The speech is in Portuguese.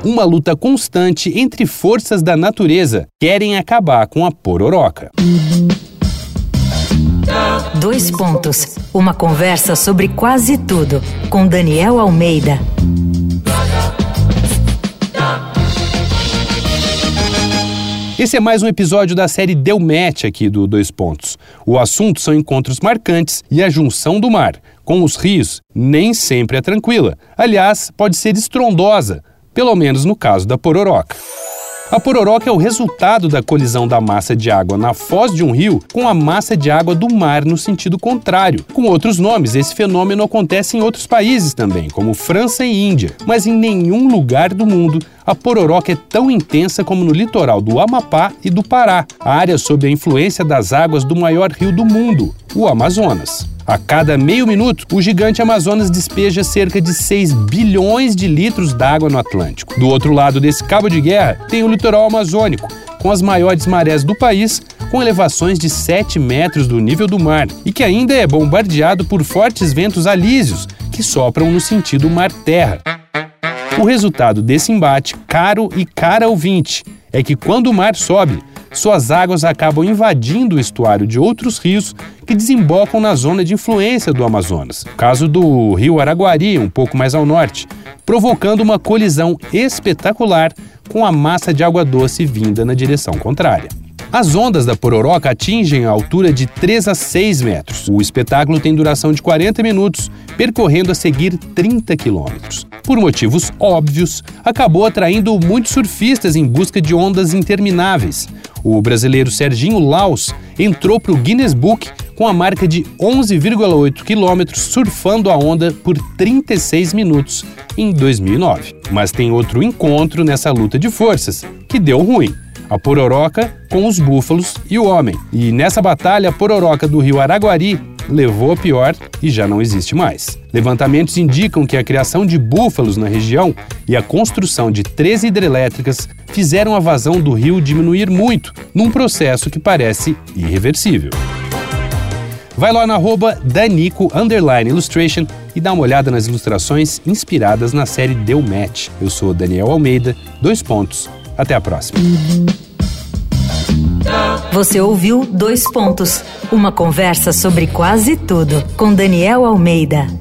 Uma luta constante entre forças da natureza querem acabar com a pororoca. 2 pontos. Uma conversa sobre quase tudo com Daniel Almeida. Esse é mais um episódio da série Deu Match aqui do 2 Pontos. O assunto são encontros marcantes e a junção do mar com os rios nem sempre é tranquila. Aliás, pode ser estrondosa, pelo menos no caso da pororoca. A pororoca é o resultado da colisão da massa de água na foz de um rio com a massa de água do mar no sentido contrário. Com outros nomes, esse fenômeno acontece em outros países também, como França e Índia. Mas em nenhum lugar do mundo a pororoca é tão intensa como no litoral do Amapá e do Pará, a área sob a influência das águas do maior rio do mundo, o Amazonas. A cada meio minuto, o gigante Amazonas despeja cerca de 6 bilhões de litros d'água no Atlântico. Do outro lado desse cabo de guerra, tem o litoral amazônico, com as maiores marés do país, com elevações de 7 metros do nível do mar, e que ainda é bombardeado por fortes ventos alísios, que sopram no sentido mar-terra. O resultado desse embate, caro e cara ouvinte, é que quando o mar sobe, suas águas acabam invadindo o estuário de outros rios que desembocam na zona de influência do Amazonas. O caso do rio Araguari, um pouco mais ao norte, provocando uma colisão espetacular com a massa de água doce vinda na direção contrária. As ondas da pororoca atingem a altura de 3 a 6 metros. O espetáculo tem duração de 40 minutos, percorrendo a seguir 30 quilômetros. Por motivos óbvios, acabou atraindo muitos surfistas em busca de ondas intermináveis. O brasileiro Serginho Laus entrou para o Guinness Book com a marca de 11,8 quilômetros surfando a onda por 36 minutos em 2009. Mas tem outro encontro nessa luta de forças, que deu ruim. A pororoca com os búfalos e o homem. E nessa batalha, a pororoca do rio Araguari levou a pior e já não existe mais. Levantamentos indicam que a criação de búfalos na região e a construção de 13 hidrelétricas fizeram a vazão do rio diminuir muito, num processo que parece irreversível. Vai lá no @Danico_Illustration e dá uma olhada nas ilustrações inspiradas na série Deu Match. Eu sou Daniel Almeida, 2 Pontos. Até a próxima. Você ouviu 2 Pontos, uma conversa sobre quase tudo com Daniel Almeida.